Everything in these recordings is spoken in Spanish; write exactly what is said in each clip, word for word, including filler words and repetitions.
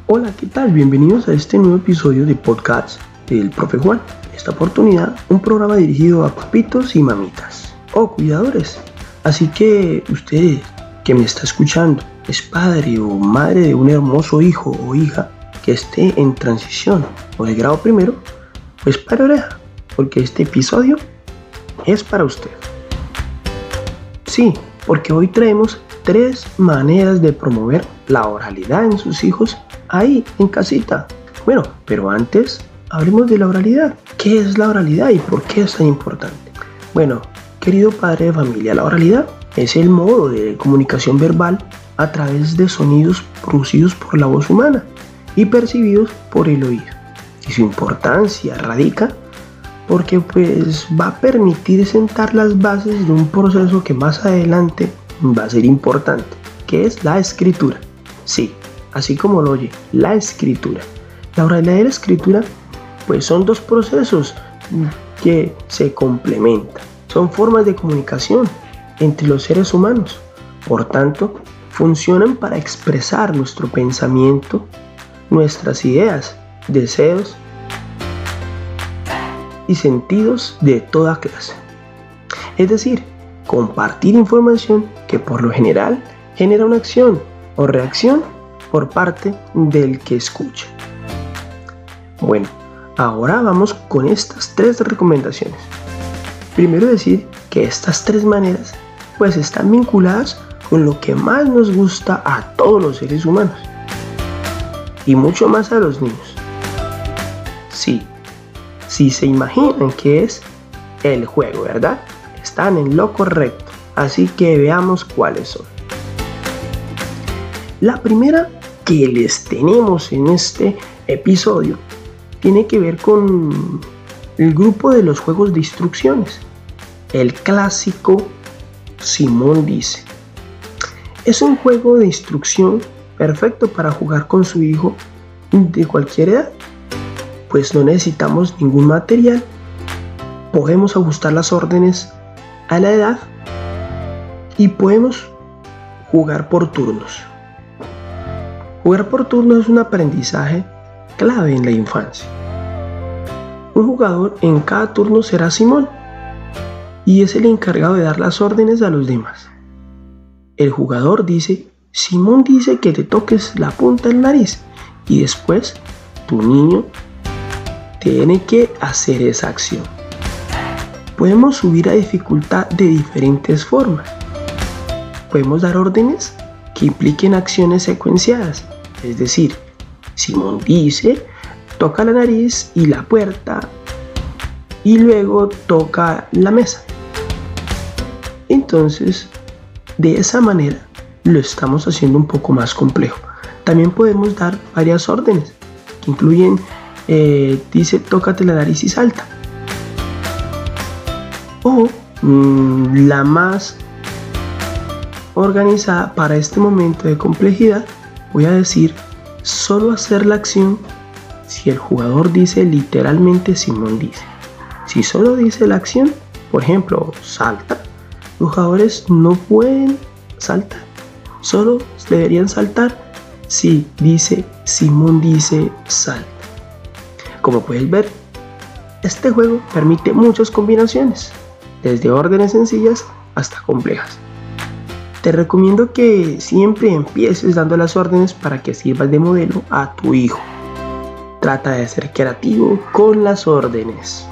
Hola, ¿qué tal? Bienvenidos a este nuevo episodio de podcast del Profe Juan. En esta oportunidad, un programa dirigido a papitos y mamitas o cuidadores. Así que usted que me está escuchando es padre o madre de un hermoso hijo o hija que esté en transición o de grado primero, pues pare oreja, porque este episodio es para usted. Sí, porque hoy traemos tres maneras de promover la oralidad en sus hijos ahí en casita. Bueno, pero antes hablemos de la oralidad. ¿Qué es la oralidad y por qué es tan importante? Bueno, querido padre de familia, la oralidad es el modo de comunicación verbal a través de sonidos producidos por la voz humana y percibidos por el oído. Y su importancia radica porque pues va a permitir sentar las bases de un proceso que más adelante va a ser importante, que es la escritura. Sí, así como lo oye, la escritura. La oralidad y la escritura pues son dos procesos que se complementan. Son formas de comunicación entre los seres humanos. Por tanto, funcionan para expresar nuestro pensamiento, nuestras ideas, deseos y sentidos de toda clase. Es decir, compartir información que por lo general genera una acción o reacción por parte del que escucha. Bueno, ahora vamos con estas tres recomendaciones. Primero decir que estas tres maneras pues están vinculadas con lo que más nos gusta a todos los seres humanos y mucho más a los niños. Sí, si se imaginan que es el juego, ¿verdad? Están en lo correcto, así que veamos cuáles son. La primera que les tenemos en este episodio tiene que ver con el grupo de los juegos de instrucciones. El clásico Simón dice. Es un juego de instrucción perfecto para jugar con su hijo de cualquier edad, pues no necesitamos ningún material. Podemos ajustar las órdenes a la edad y podemos jugar por turnos. Jugar por turnos es un aprendizaje clave en la infancia. Un jugador en cada turno será Simón y es el encargado de dar las órdenes a los demás. El jugador dice: Simón dice que te toques la punta del nariz, y después tu niño tiene que hacer esa acción. Podemos subir a dificultad de diferentes formas. Podemos dar órdenes que impliquen acciones secuenciadas, es decir, Simón dice, toca la nariz y la puerta y luego toca la mesa. Entonces, de esa manera lo estamos haciendo un poco más complejo. También podemos dar varias órdenes que incluyen, eh, dice, tócate la nariz y salta. O mmm, la más organizada para este momento de complejidad, voy a decir solo hacer la acción si el jugador dice literalmente Simón dice. Si solo dice la acción, por ejemplo, salta, los jugadores no pueden saltar, solo deberían saltar si dice Simón dice salta. Como puedes ver, este juego permite muchas combinaciones, desde órdenes sencillas hasta complejas. Te recomiendo que siempre empieces dando las órdenes para que sirvas de modelo a tu hijo. Trata de ser creativo con las órdenes.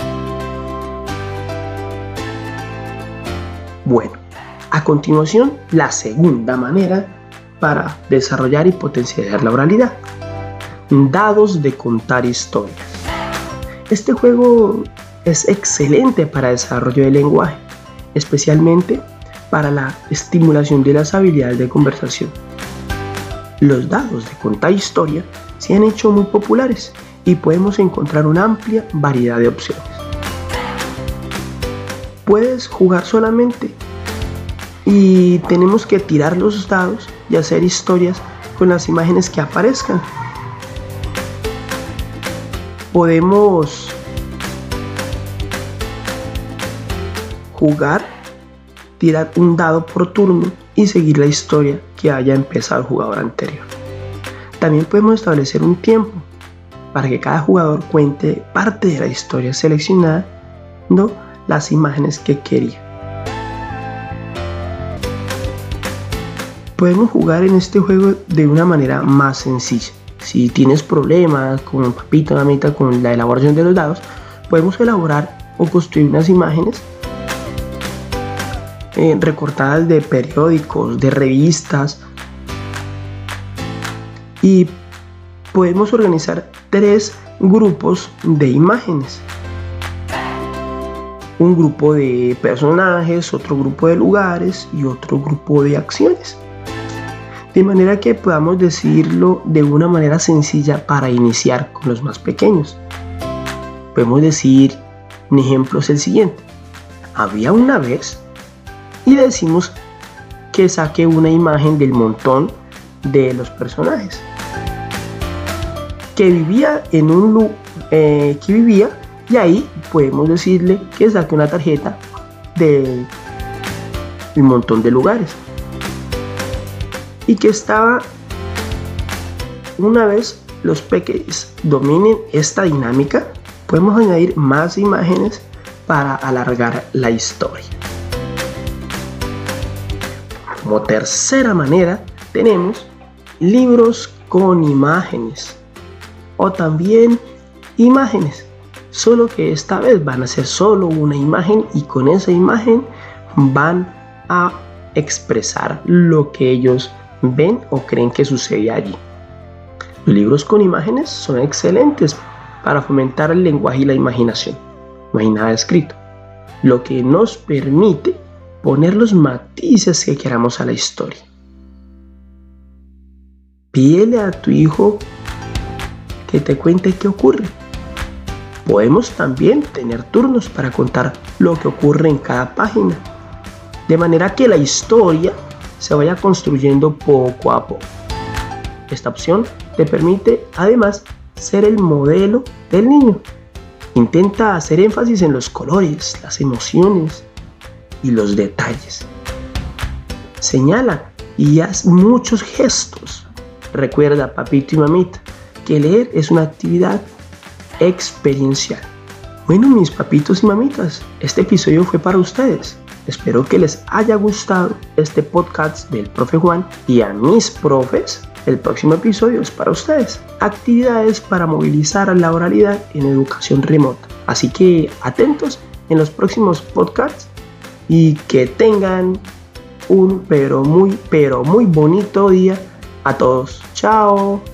Bueno, a continuación, la segunda manera para desarrollar y potenciar la oralidad. Dados de contar historias. Este juego es excelente para el desarrollo del lenguaje, especialmente para la estimulación de las habilidades de conversación. Los dados de contar historia se han hecho muy populares y podemos encontrar una amplia variedad de opciones. Puedes jugar solamente y tenemos que tirar los dados y hacer historias con las imágenes que aparezcan. Podemos jugar, tirar un dado por turno y seguir la historia que haya empezado el jugador anterior. También podemos establecer un tiempo para que cada jugador cuente parte de la historia seleccionando las imágenes que quería. Podemos jugar en este juego de una manera más sencilla. Si tienes problemas con papito, mamita, con la elaboración de los dados, podemos elaborar o construir unas imágenes eh, recortadas de periódicos, de revistas, y podemos organizar tres grupos de imágenes. Un grupo de personajes, otro grupo de lugares y otro grupo de acciones. De manera que podamos decirlo de una manera sencilla para iniciar con los más pequeños. Podemos decir, en ejemplo, es el siguiente. Había una vez, y decimos que saque una imagen del montón de los personajes. Que vivía en un lugar, eh, que vivía, y ahí podemos decirle que saque una tarjeta del montón de lugares. Y que estaba, una vez los pequeños dominen esta dinámica, podemos añadir más imágenes para alargar la historia. Como tercera manera tenemos libros con imágenes o también imágenes, solo que esta vez van a ser solo una imagen y con esa imagen van a expresar lo que ellos ven o creen que sucede allí. Los libros con imágenes son excelentes para fomentar el lenguaje y la imaginación. No hay nada escrito, lo que nos permite poner los matices que queramos a la historia. Pídele a tu hijo que te cuente qué ocurre. Podemos también tener turnos para contar lo que ocurre en cada página, de manera que la historia se vaya construyendo poco a poco. Esta opción te permite además ser el modelo del niño. Intenta hacer énfasis en los colores, las emociones y los detalles. Señala y haz muchos gestos. Recuerda, papito y mamita, que leer es una actividad experiencial. Bueno, mis papitos y mamitas, este episodio fue para ustedes. Espero que les haya gustado este podcast del profe Juan, y a mis profes, el próximo episodio es para ustedes. Actividades para movilizar la oralidad en educación remota. Así que atentos en los próximos podcasts y que tengan un pero muy pero muy bonito día a todos. Chao.